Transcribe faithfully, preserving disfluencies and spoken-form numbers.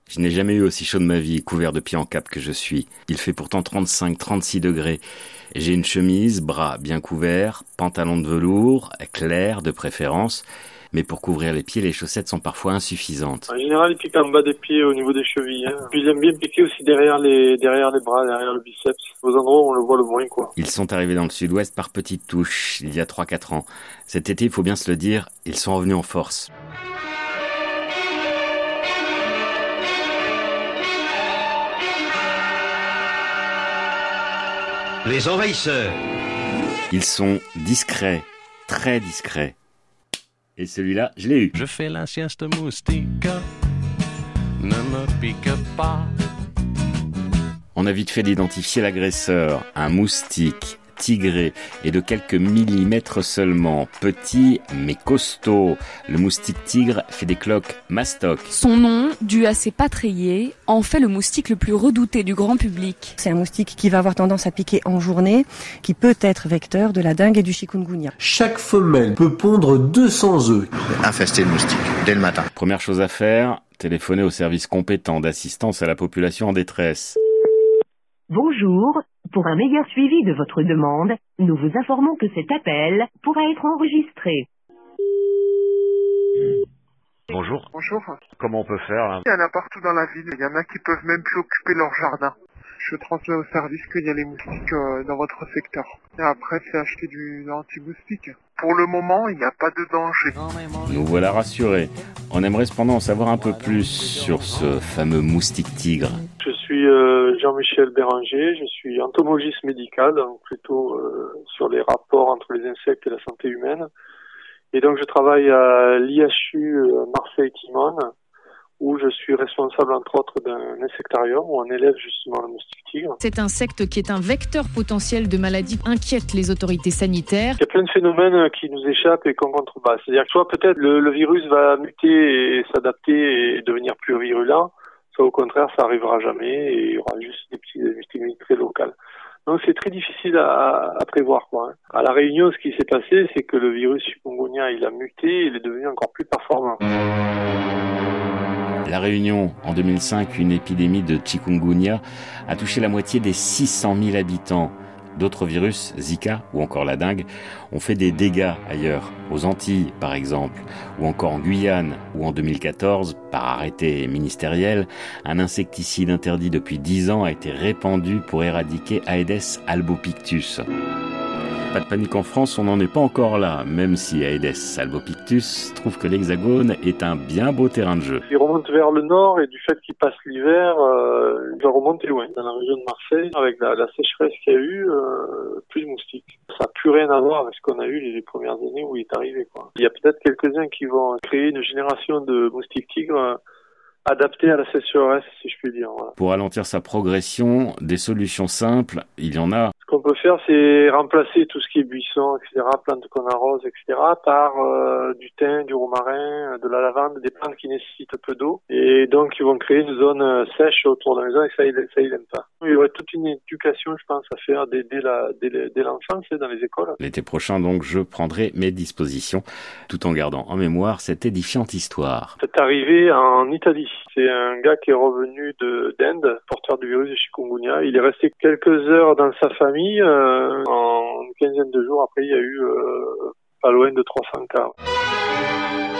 Je n'ai jamais eu aussi chaud de ma vie, couvert de pieds en cap que je suis. Il fait pourtant trente-cinq, trente-six degrés. J'ai une chemise, bras bien couverts, pantalon de velours, clair de préférence. Mais pour couvrir les pieds, les chaussettes sont parfois insuffisantes. En général, ils piquent en bas des pieds au niveau des chevilles. Hein. Puis ils aiment bien piquer aussi derrière les, derrière les bras, derrière le biceps, aux endroits où on le voit le moins, quoi. Ils sont arrivés dans le sud-ouest par petites touches, il y a trois quatre ans. Cet été, il faut bien se le dire, ils sont revenus en force. Les envahisseurs. Ils sont discrets, très discrets. Et celui-là, je l'ai eu. Je fais la sieste moustique, ne me pique pas. On a vite fait d'identifier l'agresseur, un moustique, tigré et de quelques millimètres seulement, petit mais costaud. Le moustique tigre fait des cloques mastoc. Son nom, dû à ses pattes rayées, en fait le moustique le plus redouté du grand public. C'est un moustique qui va avoir tendance à piquer en journée, qui peut être vecteur de la dengue et du chikungunya. Chaque femelle peut pondre deux cents œufs. Infester le moustique dès le matin. Première chose à faire, téléphoner au service compétent d'assistance à la population en détresse. Bonjour. Pour un meilleur suivi de votre demande, nous vous informons que cet appel pourra être enregistré. Bonjour. Bonjour. Comment on peut faire là? Il y en a partout dans la ville. Il y en a qui peuvent même plus occuper leur jardin. Je transmets au service qu'il y a les moustiques euh, dans votre secteur. Et après, c'est acheter du anti-moustique. Pour le moment, il n'y a pas de danger. Nous voilà rassurés. On aimerait cependant en savoir un peu plus sur ce fameux moustique tigre. Je suis euh, Jean-Michel Béranger, je suis entomologiste médical, donc plutôt euh, sur les rapports entre les insectes et la santé humaine. Et donc je travaille à l'I H U euh, Marseille-Timone, où je suis responsable entre autres d'un insectarium où on élève justement le moustique tigre. Cet insecte qui est un vecteur potentiel de maladies inquiète les autorités sanitaires. Il y a plein de phénomènes qui nous échappent et qu'on contrebat. C'est-à-dire que soit peut-être le, le virus va muter et s'adapter et devenir plus virulent, soit au contraire ça arrivera jamais et il y aura juste des petits épidémies très locales. Donc c'est très difficile à, à prévoir, quoi. À La Réunion, ce qui s'est passé, c'est que le virus chikungunya, il a muté et il est devenu encore plus performant. La Réunion, en deux mille cinq, une épidémie de chikungunya a touché la moitié des six cent mille habitants. D'autres virus, Zika ou encore la dengue, ont fait des dégâts ailleurs, aux Antilles par exemple, ou encore en Guyane, où en deux mille quatorze, par arrêté ministériel, un insecticide interdit depuis dix ans a été répandu pour éradiquer Aedes albopictus. Pas de panique en France, on n'en est pas encore là, même si Aedes albopictus trouve que l'Hexagone est un bien beau terrain de jeu. Il remonte vers le nord et du fait qu'il passe l'hiver, euh, il va remonter loin, dans la région de Marseille, avec la, la sécheresse qu'il y a eu, euh, plus de moustiques. Ça n'a plus rien à voir avec ce qu'on a eu les, les premières années où il est arrivé, quoi. Il y a peut-être quelques-uns qui vont créer une génération de moustiques tigres euh, adaptés à la sécheresse, si je puis dire. Voilà. Pour ralentir sa progression, des solutions simples, il y en a. Ce qu'on peut faire, c'est remplacer tout ce qui est buisson, et cetera, plantes qu'on arrose, et cetera, par euh, du thym, du romarin, de la lavande, des plantes qui nécessitent peu d'eau. Et donc, ils vont créer une zone sèche autour de la maison et ça, il ça, il aime pas. Il y aurait toute une éducation, je pense, à faire dès, dès, la, dès, dès l'enfance, dans les écoles. L'été prochain, donc, je prendrai mes dispositions, tout en gardant en mémoire cette édifiante histoire. C'est arrivé en Italie. C'est un gars qui est revenu de, d'Inde, porteur du virus de chikungunya. Il est resté quelques heures dans sa famille. Euh, en une quinzaine de jours après, il y a eu euh, pas loin de trois cents cas.